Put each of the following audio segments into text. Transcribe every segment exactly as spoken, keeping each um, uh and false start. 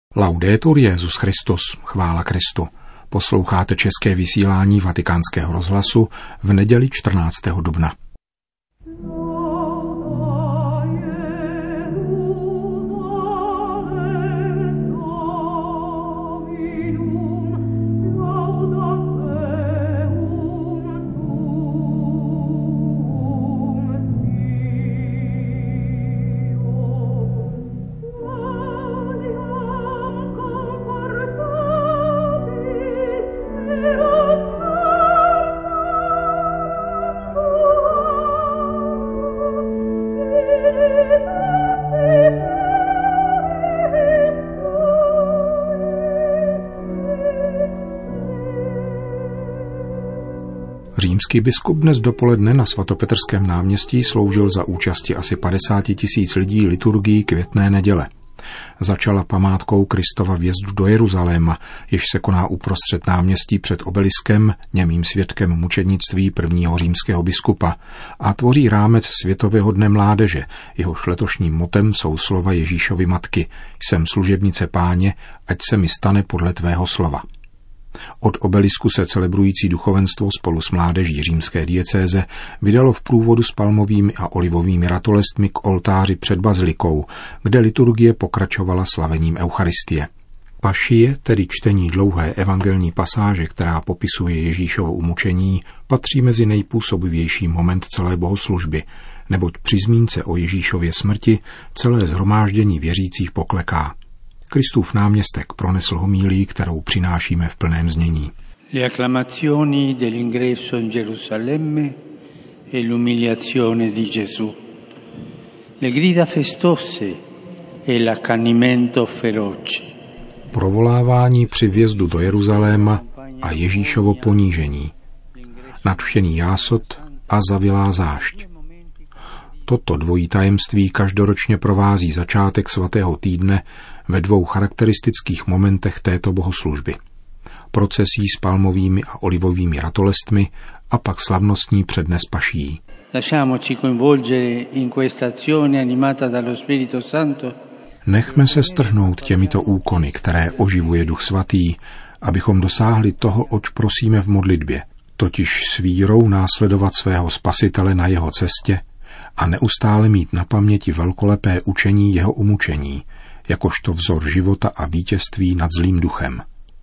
Laudetur Jesus Christus, chvála Kristu. Posloucháte české vysílání Vatikánského rozhlasu v neděli čtrnáctého dubna. Římský biskup dnes dopoledne na svatopetrském náměstí sloužil za účasti asi padesát tisíc lidí liturgii květné neděle. Začala památkou Kristova vjezdu do Jeruzaléma, jež se koná uprostřed náměstí před obeliskem, němým svědkem mučednictví prvního římského biskupa, a tvoří rámec Světového dne mládeže, jehož letošním motem jsou slova Ježíšovy matky: Jsem služebnice Páně, ať se mi stane podle tvého slova. Od obelisku se celebrující duchovenstvo spolu s mládeží římské diecéze vydalo v průvodu s palmovými a olivovými ratolestmi k oltáři před bazilikou, kde liturgie pokračovala slavením Eucharistie. Pašie, tedy čtení dlouhé evangelní pasáže, která popisuje Ježíšovo umučení, patří mezi nejpůsobivější moment celé bohoslužby, neboť při zmínce o Ježíšově smrti celé shromáždění věřících pokleká. Kristův náměstek pronesl homílii, kterou přinášíme v plném znění. Le acclamazioni dell'ingresso in Gerusalemme e l'umiliazione di Gesù. Le grida festose e l'accanimento feroce. Provolávání při vjezdu do Jeruzaléma a Ježíšovo ponížení. Nadšený jásot a zavilá zášť. Toto dvojí tajemství každoročně provází začátek svatého týdne ve dvou charakteristických momentech této bohoslužby. Procesí s palmovými a olivovými ratolestmi a pak slavnostní přednes pašií. Nechme se strhnout těmito úkony, které oživuje Duch Svatý, abychom dosáhli toho, oč prosíme v modlitbě, totiž s vírou následovat svého Spasitele na jeho cestě a neustále mít na paměti velkolepé učení jeho umučení, jakožto vzor života a vítězství nad zlým duchem.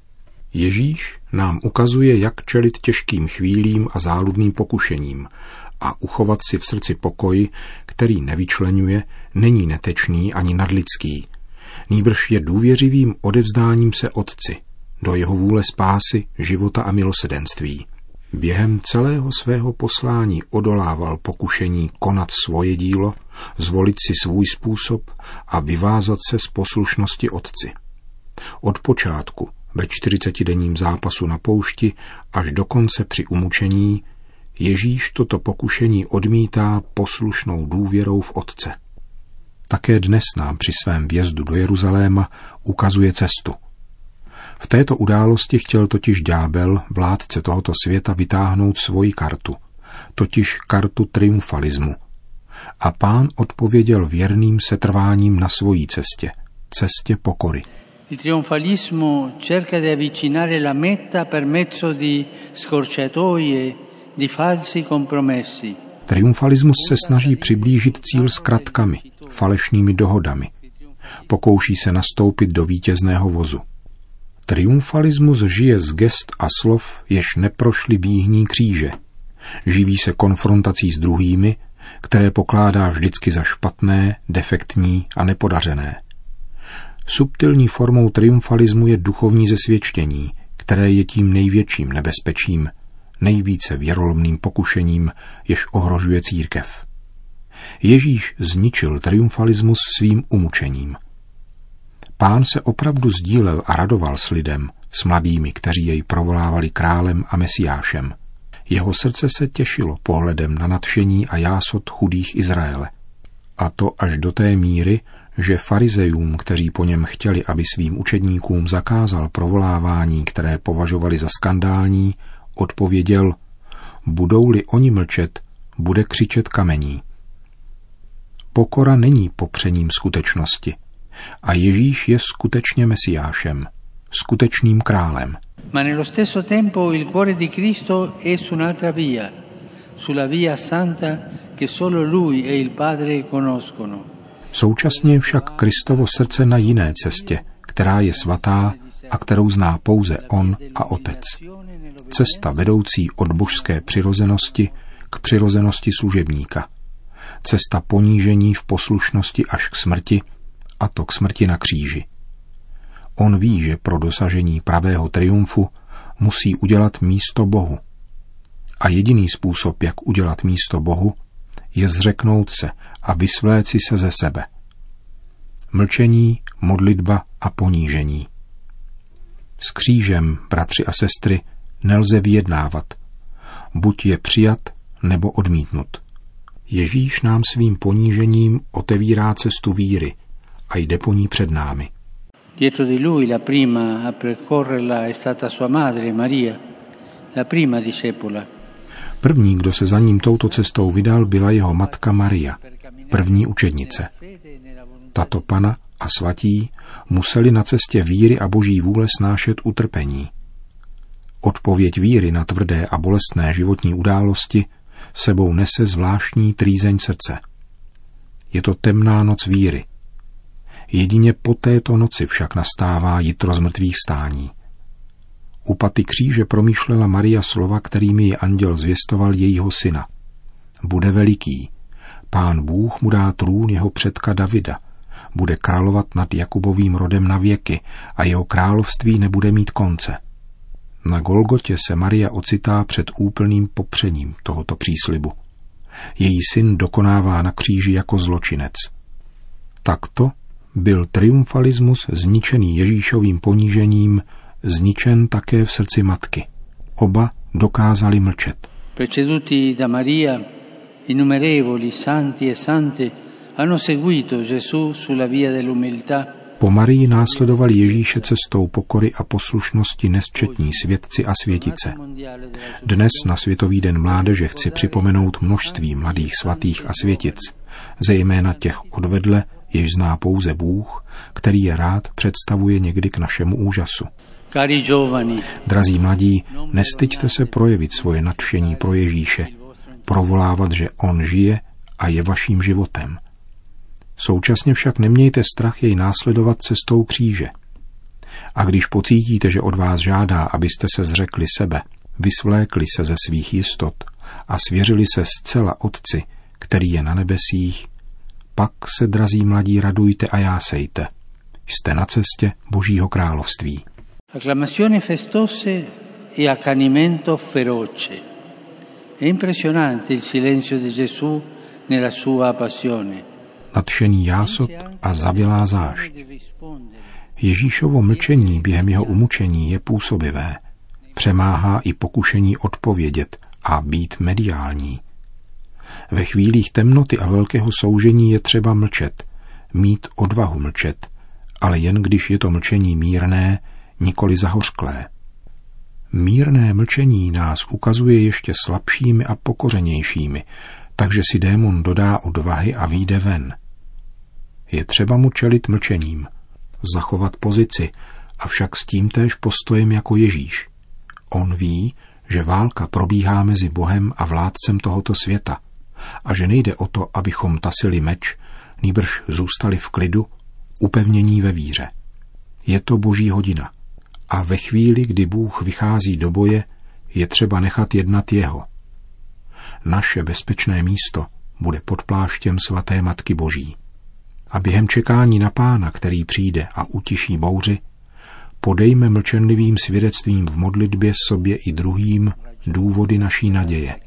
Ježíš nám ukazuje, jak čelit těžkým chvílím a záludným pokušením a uchovat si v srdci pokoj, který nevyčleňuje, není netečný ani nadlidský, nýbrž je důvěřivým odevzdáním se Otci do jeho vůle spásy, života a milosedenství. Během celého svého poslání odolával pokušení konat svoje dílo, zvolit si svůj způsob a vyvázat se z poslušnosti Otci. Od počátku ve čtyřicetidenním zápasu na poušti až do konce při umučení Ježíš toto pokušení odmítá poslušnou důvěrou v Otce. Také dnes nám při svém vjezdu do Jeruzaléma ukazuje cestu. V této události chtěl totiž ďábel, vládce tohoto světa, vytáhnout svoji kartu, totiž kartu triumfalismu. A Pán odpověděl věrným setrváním na svojí cestě, cestě pokory. Il trionfalismo cerca di avvicinare la meta per mezzo di scorciatoie, di falsi compromessi. Triumfalismus se snaží přiblížit cíl zkratkami, falešnými dohodami. Pokouší se nastoupit do vítězného vozu. Triumfalismus žije z gest a slov, jež neprošly výhní kříže. Živí se konfrontací s druhými, které pokládá vždycky za špatné, defektní a nepodařené. Subtilní formou triumfalismu je duchovní zesvědčení, které je tím největším nebezpečím, nejvíce věrolomným pokušením, jež ohrožuje církev. Ježíš zničil triumfalismus svým umučením. Pán se opravdu sdílel a radoval s lidem, s mladými, kteří jej provolávali králem a mesiášem. Jeho srdce se těšilo pohledem na nadšení a jásot chudých Izraele. A to až do té míry, že farizejům, kteří po něm chtěli, aby svým učedníkům zakázal provolávání, které považovali za skandální, odpověděl: budou-li oni mlčet, bude křičet kamení. Pokora není popřením skutečnosti, A Ježíš je skutečně Mesiášem, skutečným králem. Ma nello stesso tempo il cuore di Cristo è su un'altra via, sulla via santa che solo lui e il Padre conoscono. Současně je však Kristovo srdce na jiné cestě, která je svatá a kterou zná pouze on a Otec. Cesta vedoucí od božské přirozenosti k přirozenosti služebníka. Cesta ponížení v poslušnosti až k smrti, a to k smrti na kříži. On ví, že pro dosažení pravého triumfu musí udělat místo Bohu. A jediný způsob, jak udělat místo Bohu, je zřeknout se a vysvléci se ze sebe. Mlčení, modlitba a ponížení. S křížem, bratři a sestry, nelze vyjednávat. Buď je přijat, nebo odmítnut. Ježíš nám svým ponížením otevírá cestu víry a jde po ní před námi. Dietro di lui la prima a percorrerla è stata sua madre Maria, la prima discepola. První, kdo se za ním touto cestou vydal, byla jeho matka Maria, první učednice. Tato Panna a svatí museli na cestě víry a boží vůle snášet utrpení. Odpověď víry na tvrdé a bolestné životní události sebou nese zvláštní trýzeň srdce. Je to temná noc víry. Jedině po této noci však nastává jitro z mrtvých vstání. U paty kříže promýšlela Maria slova, kterými ji anděl zvěstoval jejího syna. Bude veliký. Pán Bůh mu dá trůn jeho předka Davida. Bude královat nad Jakubovým rodem na věky a jeho království nebude mít konce. Na Golgotě se Maria ocitá před úplným popřením tohoto příslibu. Její syn dokonává na kříži jako zločinec. Takto byl triumfalismus zničený Ježíšovým ponížením zničen také v srdci matky. Oba dokázali mlčet. Preceduti da Maria, innumerevoli santi e sante hanno seguito Gesù sulla via dell'umiltà. Po Marii následovali Ježíše cestou pokory a poslušnosti nesčetní světci a světice. Dnes na Světový den mládeže chci připomenout množství mladých svatých a světic, zejména těch odvedle, jež zná pouze Bůh, který je rád představuje někdy k našemu úžasu. Drazí mladí, nestyďte se projevit svoje nadšení pro Ježíše, provolávat, že on žije a je vaším životem. Současně však nemějte strach jej následovat cestou kříže. A když pocítíte, že od vás žádá, abyste se zřekli sebe, vysvlékli se ze svých jistot a svěřili se zcela Otci, který je na nebesích, pak se, drazí mladí, radujte a jásejte. Jste na cestě Božího království. Acclamazioni festose e accanimento feroce. È impressionante il silenzio di Gesù nella sua passione. Nadšený jásot a zavilá zášť. Ježíšovo mlčení během jeho umučení je působivé. Přemáhá i pokušení odpovědět a být mediální. Ve chvílích temnoty a velkého soužení je třeba mlčet, mít odvahu mlčet, ale jen když je to mlčení mírné, nikoli zahořklé. Mírné mlčení nás ukazuje ještě slabšími a pokořenějšími, takže si démon dodá odvahy a vyjde ven. Je třeba mu čelit mlčením, zachovat pozici, avšak s tímtéž postojem jako Ježíš. On ví, že válka probíhá mezi Bohem a vládcem tohoto světa a že nejde o to, abychom tasili meč, nýbrž zůstali v klidu, upevnění ve víře. Je to Boží hodina a ve chvíli, kdy Bůh vychází do boje, je třeba nechat jednat jeho. Naše bezpečné místo bude pod pláštěm svaté Matky Boží. A během čekání na Pána, který přijde a utiší bouři, podejme mlčenlivým svědectvím v modlitbě sobě i druhým důvody naší naděje.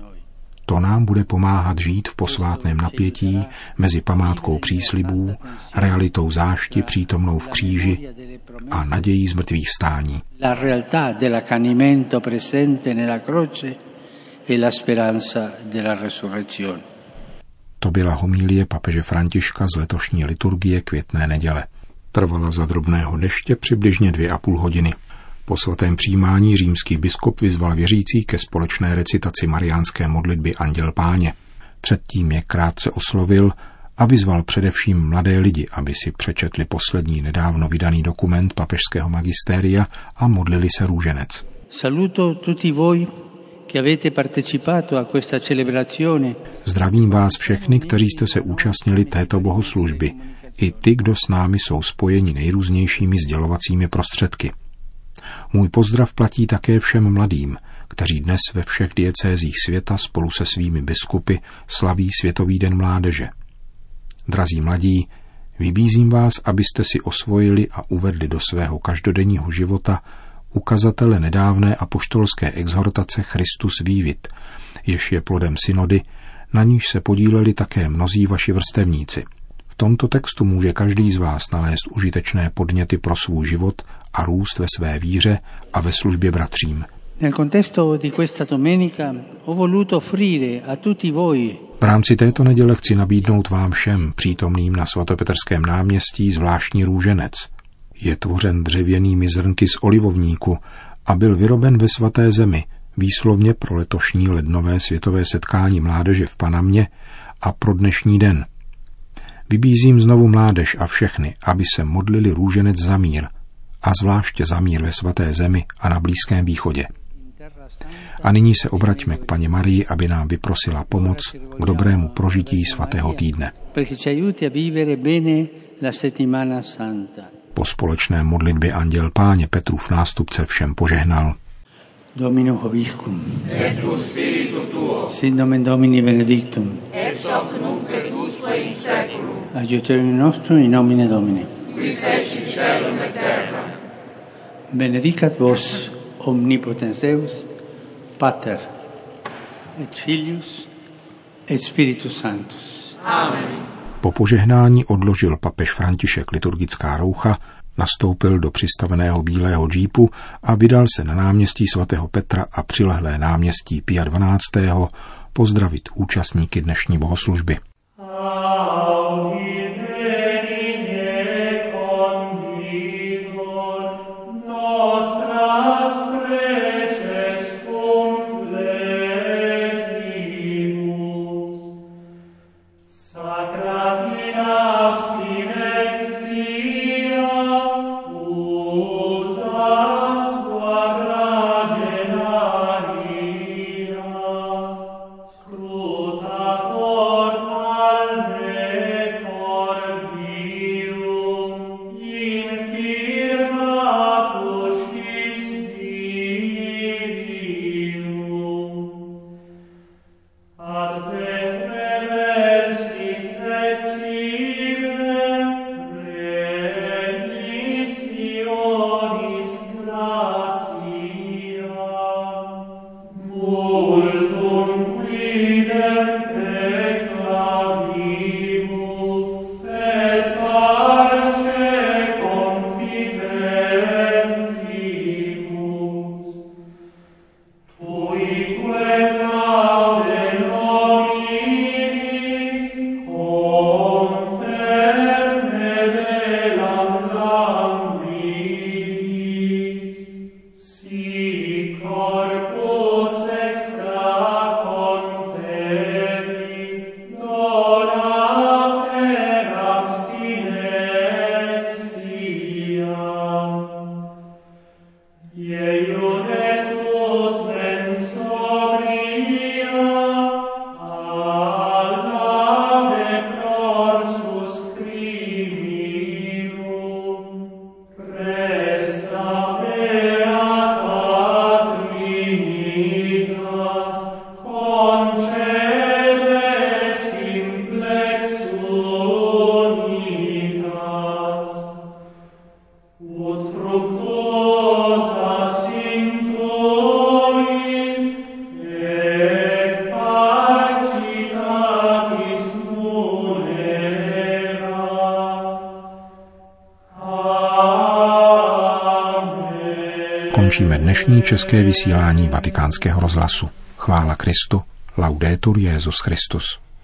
To nám bude pomáhat žít v posvátném napětí mezi památkou příslibů, realitou zášti přítomnou v kříži a nadějí z mrtvých vstání. La realtà dell'accanimento presente nella croce e la speranza della resurrezione. To byla homilie papeže Františka z letošní liturgie květné neděle. Trvala za drobného deště přibližně dvě a půl hodiny. Po svatém přijímání římský biskup vyzval věřící ke společné recitaci mariánské modlitby Anděl Páně. Předtím je krátce oslovil a vyzval především mladé lidi, aby si přečetli poslední nedávno vydaný dokument papežského magistéria a modlili se růženec. Saluto tutti voi che avete partecipato a questa celebrazione. Zdravím vás všechny, kteří jste se účastnili této bohoslužby, i ty, kdo s námi jsou spojeni nejrůznějšími sdělovacími prostředky. Můj pozdrav platí také všem mladým, kteří dnes ve všech diecézích světa spolu se svými biskupy slaví Světový den mládeže. Drazí mladí, vybízím vás, abyste si osvojili a uvedli do svého každodenního života ukazatele nedávné apoštolské exhortace Christus vivit, jež je plodem synody, na níž se podíleli také mnozí vaši vrstevníci. V tomto textu může každý z vás nalézt užitečné podněty pro svůj život a růst ve své víře a ve službě bratřím. V rámci této neděle chci nabídnout vám všem přítomným na svatopetrském náměstí zvláštní růženec. Je tvořen dřevěnými zrnky z olivovníku a byl vyroben ve Svaté zemi, výslovně pro letošní lednové světové setkání mládeže v Panamě a pro dnešní den. Vybízím znovu mládež a všechny, aby se modlili růženec za mír, a zvláště za mír ve Svaté zemi a na Blízkém východě. A nyní se obraťme k Panně Marii, aby nám vyprosila pomoc k dobrému prožití svatého týdne. Po společné modlitbě Anděl Páně Petrův nástupce všem požehnal. Domino Hovicum. Et tu spiritu tuo. Sit nomen Domini benedictum. Ex hoc nunc et usque in saeculum. Aiuterium nostrum in nomine Domini. Qui feci caelum et terra. Benedicat vos omnipotens Deus, Pater et Filius et Spiritus Sanctus. Amen. Po požehnání odložil papež František liturgická roucha, nastoupil do přistaveného bílého džípu a vydal se na náměstí svatého Petra a přilehlé náměstí Pia dvanáctého pozdravit účastníky dnešní bohoslužby. Končíme dnešní české vysílání Vatikánského rozhlasu. Chvála Kristu, laudetur Jesus Christus.